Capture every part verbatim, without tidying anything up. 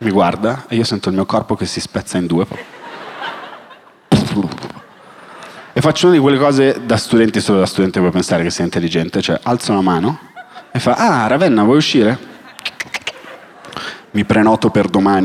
mi guarda e io sento il mio corpo che si spezza in due. E faccio una di quelle cose da studenti, solo da studente puoi pensare che sia intelligente, cioè alzo la mano e fa: ah, Ravenna, vuoi uscire? Mi prenoto per domani.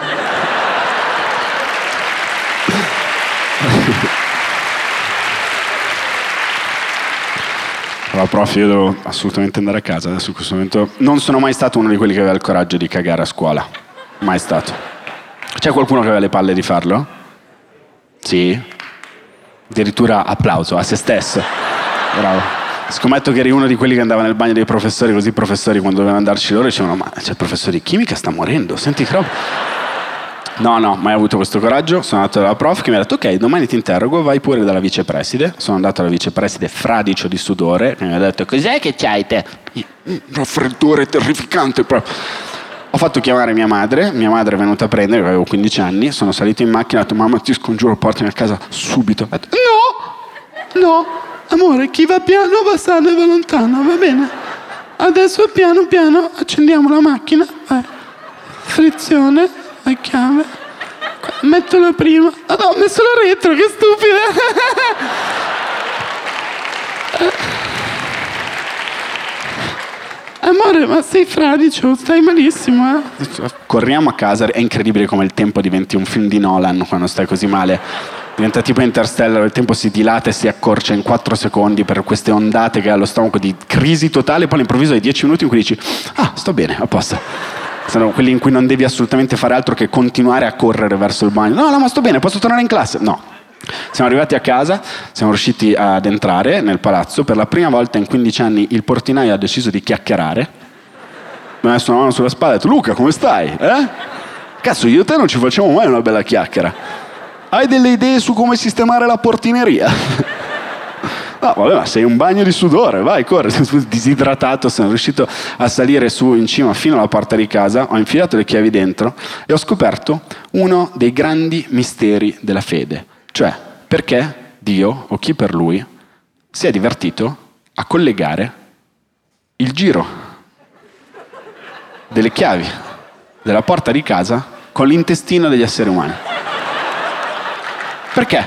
Allora, prof, io devo assolutamente andare a casa adesso in questo momento. Non sono mai stato uno di quelli che aveva il coraggio di cagare a scuola. Mai stato. C'è qualcuno che aveva le palle di farlo? Sì? Addirittura applauso a se stesso. Bravo. Scommetto che eri uno di quelli che andava nel bagno dei professori, così i professori quando dovevano andarci loro dicevano: ma c'è il professore di chimica, sta morendo, senti che roba. No, no, mai avuto questo coraggio. Sono andato dalla prof che mi ha detto: ok, domani ti interrogo, vai pure dalla vicepreside. Sono andato alla vicepreside fradicio di sudore che mi ha detto: cos'è che c'hai te? Un raffreddore terrificante proprio. Ho fatto chiamare mia madre, mia madre è venuta a prendere, avevo quindici anni, sono salito in macchina e ho detto: mamma, ti scongiuro, portami a casa subito. Ha detto: no, no, amore, chi va piano va sano e va lontano, va bene? Adesso piano piano accendiamo la macchina, vai. Frizione, la chiave, metto la prima. Ah no, ho messo la retro, che stupida. Amore, ma sei fradicio, stai malissimo, eh? Corriamo a casa, è incredibile come il tempo diventi un film di Nolan quando stai così male. Diventa tipo Interstellar, il tempo si dilata e si accorcia in quattro secondi per queste ondate che ha allo stomaco di crisi totale, poi all'improvviso hai dieci minuti in cui dici: ah, sto bene, a posto. Sono quelli in cui non devi assolutamente fare altro che continuare a correre verso il bagno. No, no, ma sto bene, posso tornare in classe? No. Siamo arrivati a casa, siamo riusciti ad entrare nel palazzo. Per la prima volta in quindici anni il portinaio ha deciso di chiacchierare. Mi ha messo una mano sulla spalla e ha detto: Luca, come stai? Eh? Cazzo, io e te non ci facciamo mai una bella chiacchiera. Hai delle idee su come sistemare la portineria? No, vabbè, ma sei un bagno di sudore, vai, corri. Disidratato, sono riuscito a salire su in cima fino alla porta di casa, ho infilato le chiavi dentro e ho scoperto uno dei grandi misteri della fede. Cioè, perché Dio, o chi per lui, si è divertito a collegare il giro delle chiavi della porta di casa con l'intestino degli esseri umani. Perché?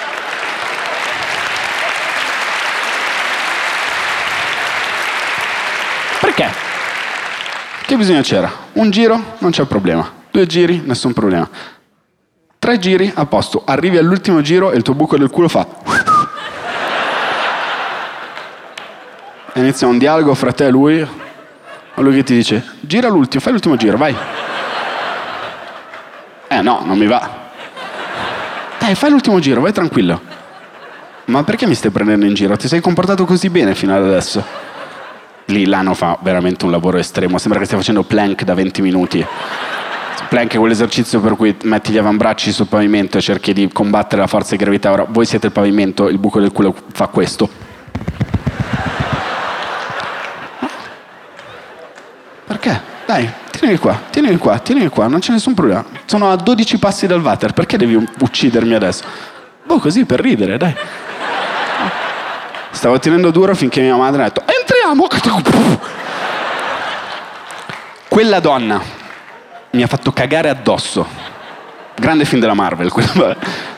Perché? Che bisogno c'era? Un giro? Non c'è problema. Due giri? Nessun problema. Tre giri? A posto. Arrivi all'ultimo giro e il tuo buco del culo fa... E inizia un dialogo fra te e lui. E lui che ti dice: gira l'ultimo, fai l'ultimo giro, vai. Eh no, non mi va. Dai, fai l'ultimo giro, vai tranquillo. Ma perché mi stai prendendo in giro? Ti sei comportato così bene fino ad adesso. Lì l'ano fa veramente un lavoro estremo. Sembra che stia facendo plank da venti minuti. Plank è quell'esercizio per cui metti gli avambracci sul pavimento e cerchi di combattere la forza di gravità. Ora, voi siete il pavimento, il buco del culo fa questo. Perché? Dai, tienimi qua, tienimi qua, tienimi qua, non c'è nessun problema. Sono a dodici passi dal water, perché devi uccidermi adesso? Boh, così, per ridere, dai. Stavo tenendo duro finché mia madre ha detto: entriamo! Quella donna mi ha fatto cagare addosso. Grande film della Marvel, quello.